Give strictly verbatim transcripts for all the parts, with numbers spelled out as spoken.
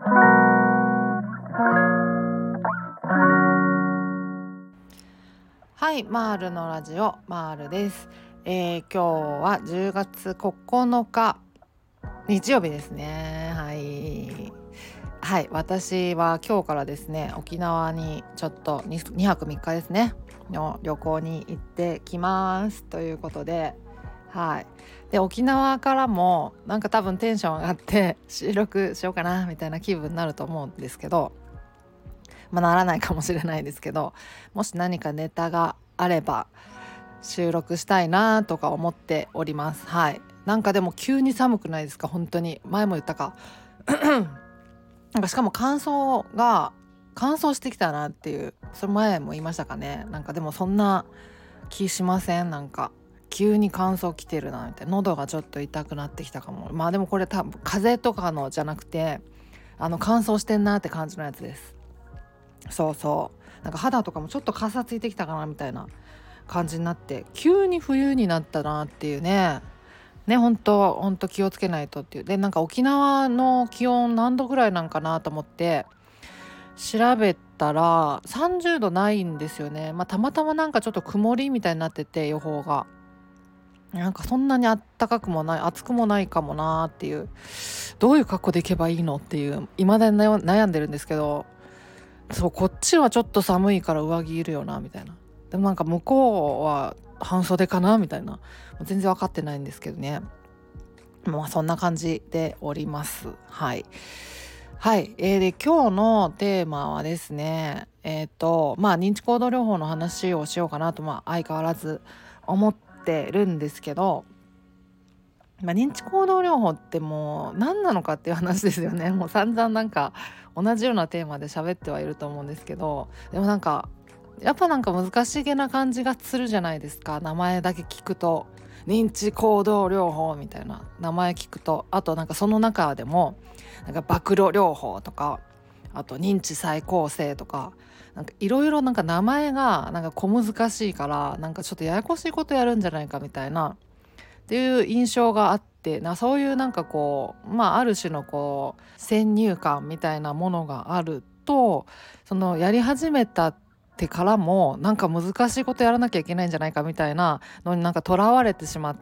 はい、マールのラジオマールです。えー、今日はじゅうがつここのか日曜日ですね。はいはい、私は今日からですね、沖縄にちょっと 2, にはくみっかですねの旅行に行ってきますということで、はい、で沖縄からもなんか多分テンション上がって収録しようかなみたいな気分になると思うんですけど、まあ、ならないかもしれないですけど、もし何かネタがあれば収録したいなとか思っております。はい、なんかでも急に寒くないですか？本当に前も言ったかなんかしかも乾燥が乾燥してきたなっていう、それ前も言いましたかね。なんかでもそんな気しません？なんか急に乾燥きてるなみたいな、喉がちょっと痛くなってきたかも。まあでもこれ多分風邪とかのじゃなくて、あの乾燥してんなって感じのやつです。そうそう、なんか肌とかもちょっとかさついてきたかなみたいな感じになって、急に冬になったなっていうね。ね、本当本当気をつけないとっていう。でなんか沖縄の気温何度ぐらいなんかなと思って調べたらさんじゅうどないんですよね。まあたまたまなんかちょっと曇りみたいになってて、予報がなんかそんなにあったかくもない暑くもないかもなっていう、どういう格好で行けばいいのっていう未だに悩んでるんですけど、そうこっちはちょっと寒いから上着いるよなみたいな。でもなんか向こうは半袖かなみたいな、全然分かってないんですけどね。まあそんな感じでおります。はいはい、えー、で今日のテーマはですね、えっ、ー、とまあ認知行動療法の話をしようかなと、まあ相変わらず思ってるんですけど、まあ、認知行動療法ってもう何なのかっていう話ですよね。もう散々なんか同じようなテーマで喋ってはいると思うんですけど、でもなんかやっぱなんか難しげな感じがするじゃないですか。名前だけ聞くと認知行動療法みたいな名前聞くと、あとなんかその中でもなんか暴露療法とか、あと認知再構成とか、なんかいろいろなんか名前がなんか小難しいから、なんかちょっとややこしいことやるんじゃないかみたいなっていう印象があって、なそういうなんかこうまあある種のこう先入観みたいなものがあると、そのやり始めたってからもなんか難しいことやらなきゃいけないんじゃないかみたいなのになんかとらわれてしまって、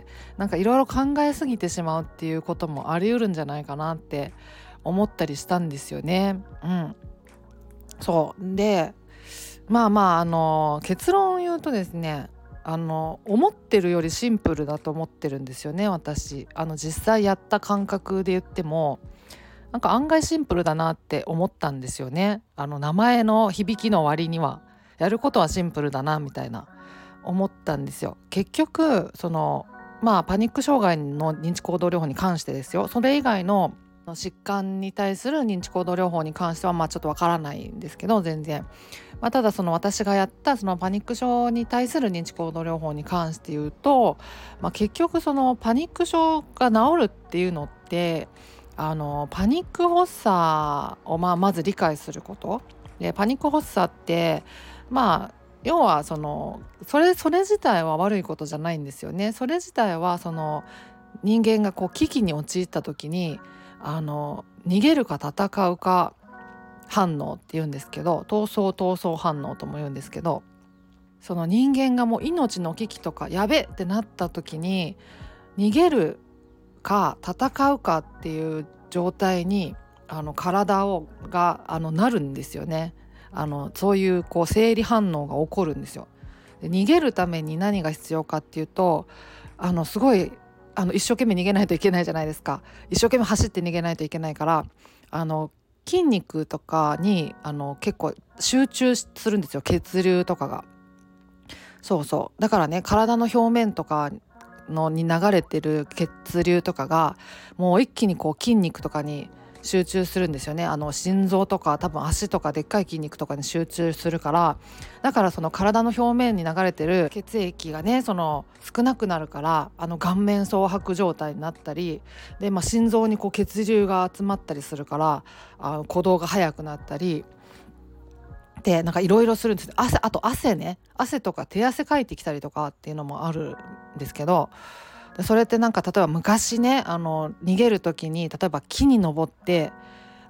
なんかいろいろ考えすぎてしまうっていうこともあり得るんじゃないかなって思ったりしたんですよね。うん、そうでまあまああの結論を言うとですね、あの思ってるよりシンプルだと思ってるんですよね。私あの実際やった感覚で言ってもなんか案外シンプルだなって思ったんですよね。あの名前の響きの割にはやることはシンプルだなみたいな思ったんですよ。結局そのまあパニック障害の認知行動療法に関してですよ。それ以外の疾患に対する認知行動療法に関してはまあちょっとわからないんですけど、全然、まあ、ただその私がやったそのパニック症に対する認知行動療法に関して言うと、まあ、結局そのパニック症が治るっていうのってあのパニック発作をまあまず理解することで、パニック発作ってまあ要はそのそれそれ自体は悪いことじゃないんですよね。それ自体はその人間がこう危機に陥った時にあの逃げるか戦うか反応って言うんですけど、闘争闘争反応とも言うんですけど、その人間がもう命の危機とかやべってなった時に逃げるか戦うかっていう状態にあの体をがあのなるんですよね。あのそういうこう生理反応が起こるんですよ。で逃げるために何が必要かっていうと、あのすごいあの一生懸命逃げないといけないじゃないですか。一生懸命走って逃げないといけないから、あの筋肉とかにあの結構集中するんですよ、血流とかが。そうそうだからね、体の表面とかのに流れてる血流とかがもう一気にこう筋肉とかに集中するんですよね。あの心臓とか多分足とかでっかい筋肉とかに集中するから、だからその体の表面に流れてる血液がねその少なくなるから、あの顔面蒼白状態になったりで、まあ、心臓にこう血流が集まったりするから、あの鼓動が速くなったりで、なんかいろいろするんです。汗あと汗ね汗とか手汗かいてきたりとかっていうのもあるんですけど、それってなんか例えば昔ねあの逃げる時に例えば木に登って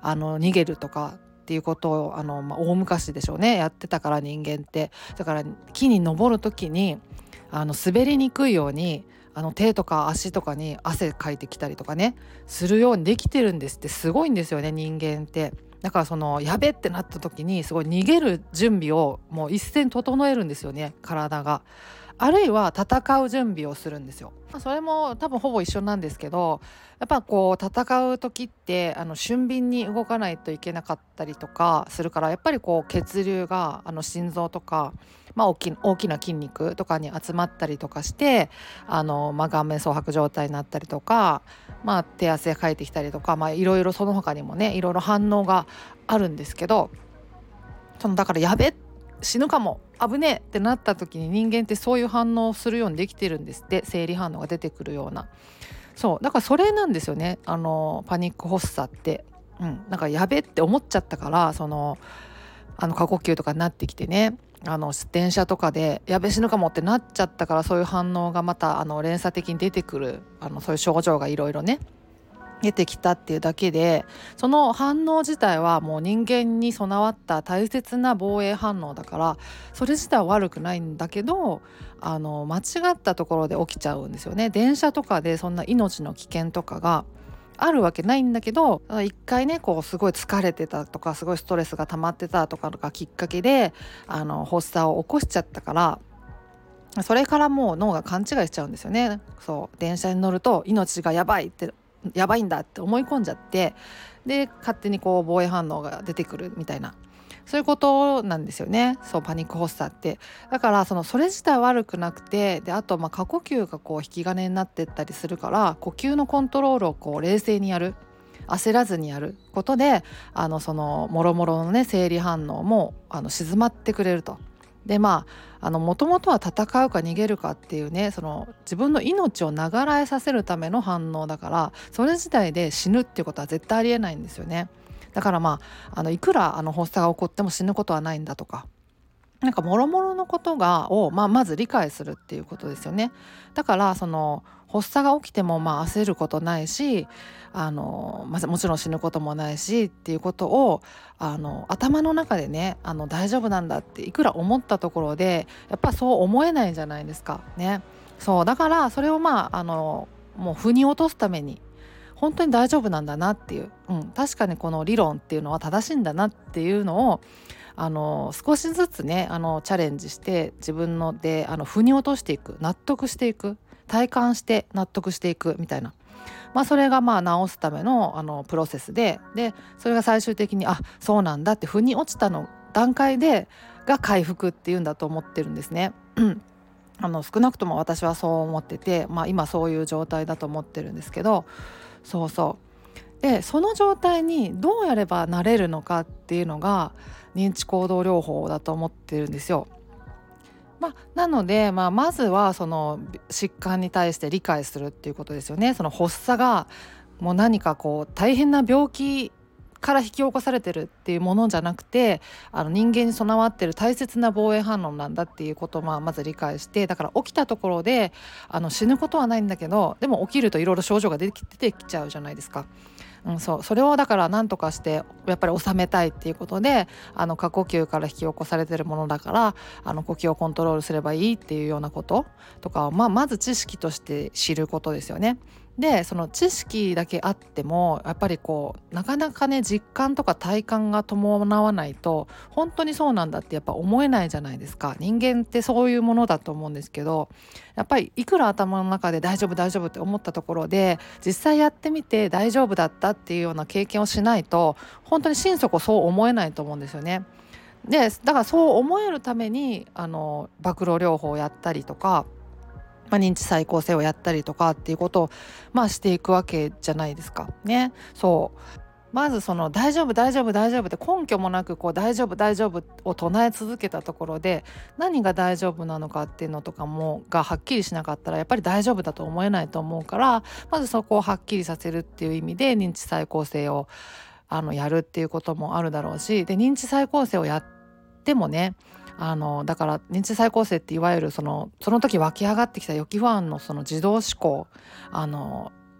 あの逃げるとかっていうことをあの、まあ、大昔でしょうねやってたから人間って。だから木に登る時にあの滑りにくいようにあの手とか足とかに汗かいてきたりとかねするようにできてるんですって。すごいんですよね人間って。だからそのやべってなった時にすごい逃げる準備をもう一斉に整えるんですよね体が。あるいは戦う準備をするんですよ。それも多分ほぼ一緒なんですけど、やっぱこう戦う時ってあの俊敏に動かないといけなかったりとかするから、やっぱりこう血流があの心臓とか、まあ、大き大きな筋肉とかに集まったりとかしてあの、まあ、顔面蒼白状態になったりとか、まあ、手汗かいてきたりとか、まあ、いろいろその他にもねいろいろ反応があるんですけど、そのだからやべ死ぬかも危ねえってなった時に人間ってそういう反応をするようにできてるんですって。生理反応が出てくるような。そうだからそれなんですよね、あのパニック発作って。うん、なんかやべって思っちゃったからそのあの過呼吸とかになってきてね、あの電車とかでやべ死ぬかもってなっちゃったから、そういう反応がまたあの連鎖的に出てくる、あのそういう症状がいろいろね出てきたっていうだけで、その反応自体はもう人間に備わった大切な防衛反応だから、それ自体は悪くないんだけど、あの間違ったところで起きちゃうんですよね。電車とかでそんな命の危険とかがあるわけないんだけど、一回ねこうすごい疲れてたとかすごいストレスが溜まってたとかがきっかけであの発作を起こしちゃったから、それからもう脳が勘違いしちゃうんですよね。そう電車に乗ると命がやばいってやばいんだって思い込んじゃって、で勝手にこう防衛反応が出てくるみたいな、そういうことなんですよね。そうパニック発作って。だからそのそれ自体悪くなくて、であとまあ過呼吸がこう引き金になってったりするから、呼吸のコントロールをこう冷静にやる、焦らずにやることであのそのもろもろのね生理反応もあの静まってくれると。でまあもともとは戦うか逃げるかっていうね、その自分の命を長らえさせるための反応だから、それ自体で死ぬっていうことは絶対ありえないんですよね。だからまああのいくらあの発作が起こっても死ぬことはないんだとか、なんか諸々のことがを、まあ、まず理解するっていうことですよね。だからその発作が起きてもまあ焦ることないし、あの、まあ、もちろん死ぬこともないしっていうことをあの頭の中でね、あの大丈夫なんだっていくら思ったところでやっぱそう思えないじゃないですかね。そうだからそれをまああのもう腑に落とすために本当に大丈夫なんだなっていう、うん、確かにこの理論っていうのは正しいんだなっていうのをあの少しずつねあのチャレンジして自分のであの腑に落としていく、納得していく、体感して納得していくみたいな、まあ、それがまあ治すための、あのプロセスで、でそれが最終的にあそうなんだって腑に落ちたの段階でが回復っていうんだと思ってるんですね。あの少なくとも私はそう思ってて、まあ、今そういう状態だと思ってるんですけど、そうそうでその状態にどうやればなれるのかっていうのが認知行動療法だと思ってるんですよ。まあ、なので、まあ、まずはその疾患に対して理解するっていうことですよね。その発作がもう何かこう大変な病気から引き起こされてるっていうものじゃなくて、あの人間に備わってる大切な防衛反応なんだっていうことをまあまず理解して、だから起きたところであの死ぬことはないんだけど、でも起きるといろいろ症状が出てき、出てきちゃうじゃないですか。うん、そうそれをだから何とかしてやっぱり収めたいっていうことで、あの過呼吸から引き起こされてるものだからあの呼吸をコントロールすればいいっていうようなこととかを、まあ、まず知識として知ることですよね。でその知識だけあってもやっぱりこうなかなかね実感とか体感が伴わないと本当にそうなんだってやっぱ思えないじゃないですか。人間ってそういうものだと思うんですけど、やっぱりいくら頭の中で大丈夫大丈夫って思ったところで実際やってみて大丈夫だったっていうような経験をしないと本当に心底そう思えないと思うんですよね。でだからそう思えるためにあの暴露療法をやったりとか、まあ、認知再構成をやったりとかっていうことを、まあ、していくわけじゃないですかね。そうまずその大丈夫大丈夫大丈夫って根拠もなくこう大丈夫大丈夫を唱え続けたところで何が大丈夫なのかっていうのとかもがはっきりしなかったらやっぱり大丈夫だと思えないと思うから、まずそこをはっきりさせるっていう意味で認知再構成をあのやるっていうこともあるだろうし、で認知再構成をやってもね、あのだから認知再構成っていわゆるそのその時湧き上がってきた予期不安のその自動思考あの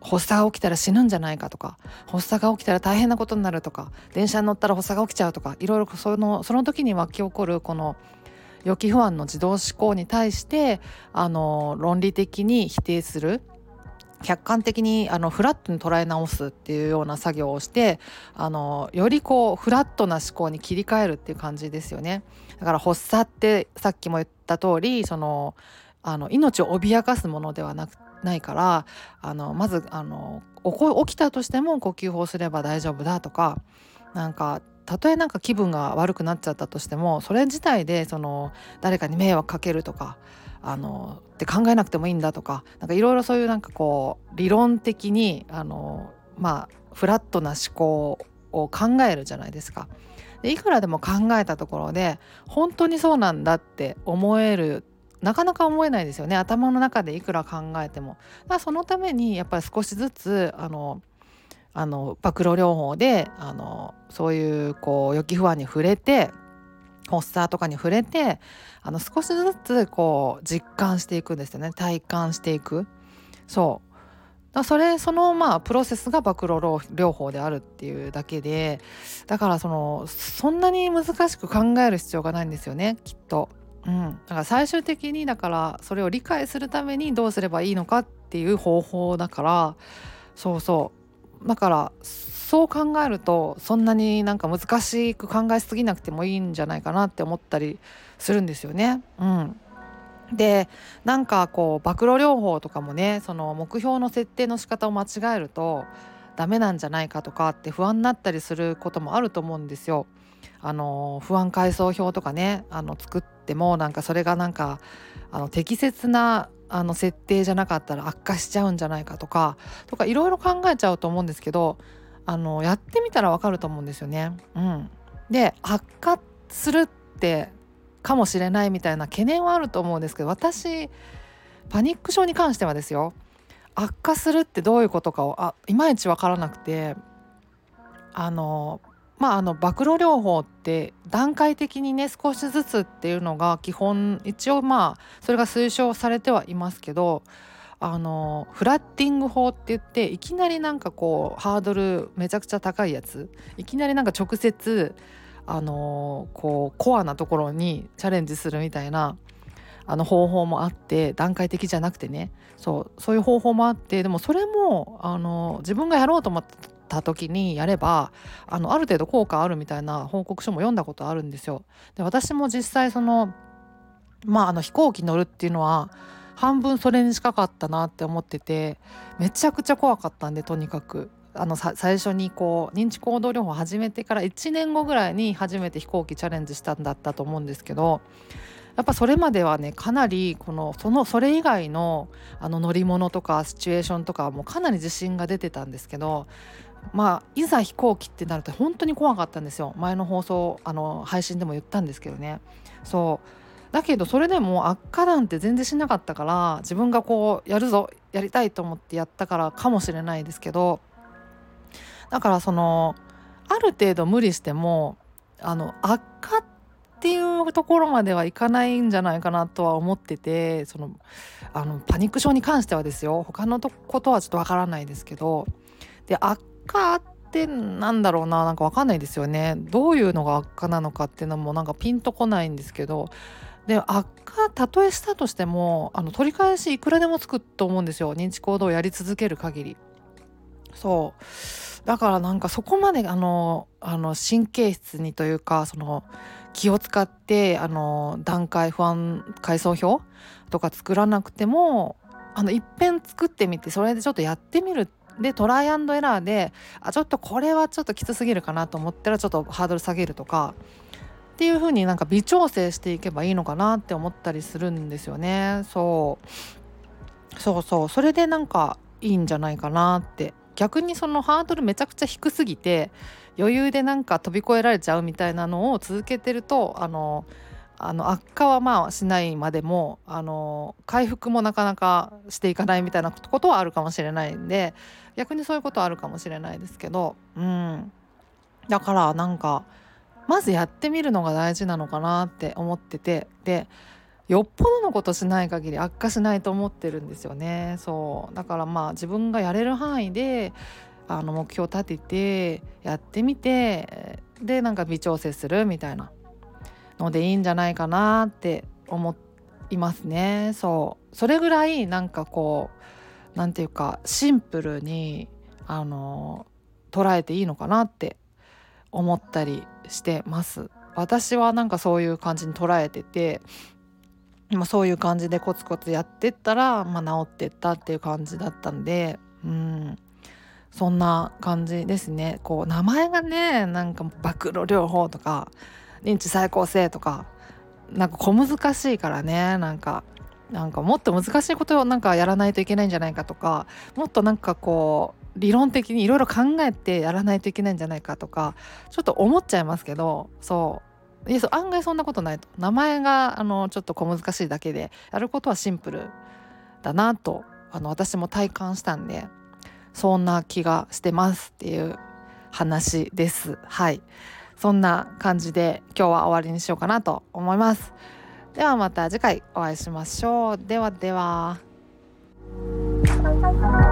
発作が起きたら死ぬんじゃないかとか、発作が起きたら大変なことになるとか、電車に乗ったら発作が起きちゃうとか、いろいろそのその時に湧き起こるこの予期不安の自動思考に対してあの論理的に否定する、客観的にあのフラットに捉え直すっていうような作業をして、あのよりこうフラットな思考に切り替えるっていう感じですよね。だから発作ってさっきも言った通り、そのあの命を脅かすものではなくないから、あのまずあの起こ起きたとしても呼吸法すれば大丈夫だとか、なんかたとえなんか気分が悪くなっちゃったとしても、それ自体でその誰かに迷惑かけるとかあのって考えなくてもいいんだとか、なんかいろいろそういうなんかこう理論的にあのまあフラットな思考を考えるじゃないですか。でいくらでも考えたところで本当にそうなんだって思える、なかなか思えないですよね、頭の中でいくら考えても。だからそのためにやっぱり少しずつあのあの暴露療法であのそういうこう予期不安に触れて、発作とかに触れて、あの少しずつこう実感していくんですよね、体感していく。そうだそれそのまあプロセスが暴露療法であるっていうだけで、だからそのそんなに難しく考える必要がないんですよね、きっと。うん、だから最終的にだからそれを理解するためにどうすればいいのかっていう方法だから、そうそうだからそう考えるとそんなになんか難しく考えすぎなくてもいいんじゃないかなって思ったりするんですよね。うん、でなんかこう暴露療法とかもね、その目標の設定の仕方を間違えるとダメなんじゃないかとかって不安になったりすることもあると思うんですよ。あの不安階層表とかね、あの作ってもなんかそれがなんかあの適切なあの設定じゃなかったら悪化しちゃうんじゃないかとかとかいろいろ考えちゃうと思うんですけど、あのやってみたらわかると思うんですよね。うん、で悪化するってかもしれないみたいな懸念はあると思うんですけど、私パニック症に関してはですよ、悪化するってどういうことかをあいまいちわからなくて、あのまああの暴露療法って段階的にね少しずつっていうのが基本、一応まあそれが推奨されてはいますけど、あのフラッティング法って言って、いきなりなんかこうハードルめちゃくちゃ高いやつ、いきなりなんか直接あのこうコアなところにチャレンジするみたいなあの方法もあって、段階的じゃなくてね、そうそういう方法もあって、でもそれもあの自分がやろうと思った時にやればあのある程度効果あるみたいな報告書も読んだことあるんですよ。で私も実際そのまああの飛行機乗るっていうのは半分それに近かったなって思ってて、めちゃくちゃ怖かったんで、とにかくあのさ最初にこう認知行動療法を始めてからいちねんごぐらいに初めて飛行機チャレンジしたんだったと思うんですけど、やっぱそれまではねかなりこのそのそれ以外のあの乗り物とかシチュエーションとかはもうかなり自信が出てたんですけど、まあいざ飛行機ってなると本当に怖かったんですよ。前の放送あの配信でも言ったんですけどね。そうだけどそれでも悪化なんて全然しなかったから、自分がこうやるぞやりたいと思ってやったからかもしれないですけど、だからそのある程度無理してもあの悪化っていうところまではいかないんじゃないかなとは思ってて、そのあのパニック症に関してはですよ、他のとことはちょっとわからないですけど、で悪化ってなんだろうな、なんかわかんないですよね。どういうのが悪化なのかっていうのもなんかピンとこないんですけど、で悪化たとえしたとしてもあの取り返しいくらでもつくと思うんですよ、認知行動をやり続ける限り。そうだからなんかそこまであのあの神経質にというか、その気を使ってあの段階不安階層表とか作らなくても、あのいっぺん作ってみてそれでちょっとやってみる、でトライアンドエラーであちょっとこれはちょっときつすぎるかなと思ったらちょっとハードル下げるとかっていう風になんか微調整していけばいいのかなって思ったりするんですよね。そうそうそうそれでなんかいいんじゃないかなって。逆にそのハードルめちゃくちゃ低すぎて余裕でなんか飛び越えられちゃうみたいなのを続けてると、あのあの悪化はまあしないまでもあの回復もなかなかしていかないみたいなことはあるかもしれないんで、逆にそういうことはあるかもしれないですけど、うんだからなんかまずやってみるのが大事なのかなって思ってて、でよっぽどのことしない限り悪化しないと思ってるんですよね。そうだからまあ自分がやれる範囲であの目標を立ててやってみて、でなんか微調整するみたいなのでいいんじゃないかなって思いますね。そうそれぐらいなんかこうなんていうかシンプルにあの捉えていいのかなって思ったりしてます。私はなんかそういう感じに捉えてて、まあ、そういう感じでコツコツやってったら、まあ、治ってったっていう感じだったんで、うんそんな感じですね。こう名前がねなんか暴露療法とか認知再構成とかなんか小難しいからね、なんかなんかもっと難しいことをなんかやらないといけないんじゃないかとか、もっとなんかこう理論的にいろいろ考えてやらないといけないんじゃないかとかちょっと思っちゃいますけど、そういやそう案外そんなことないと。名前があのちょっと小難しいだけでやることはシンプルだなとあの私も体感したんで、そんな気がしてますっていう話です。はい、そんな感じで今日は終わりにしようかなと思います。ではまた次回お会いしましょう。ではでは。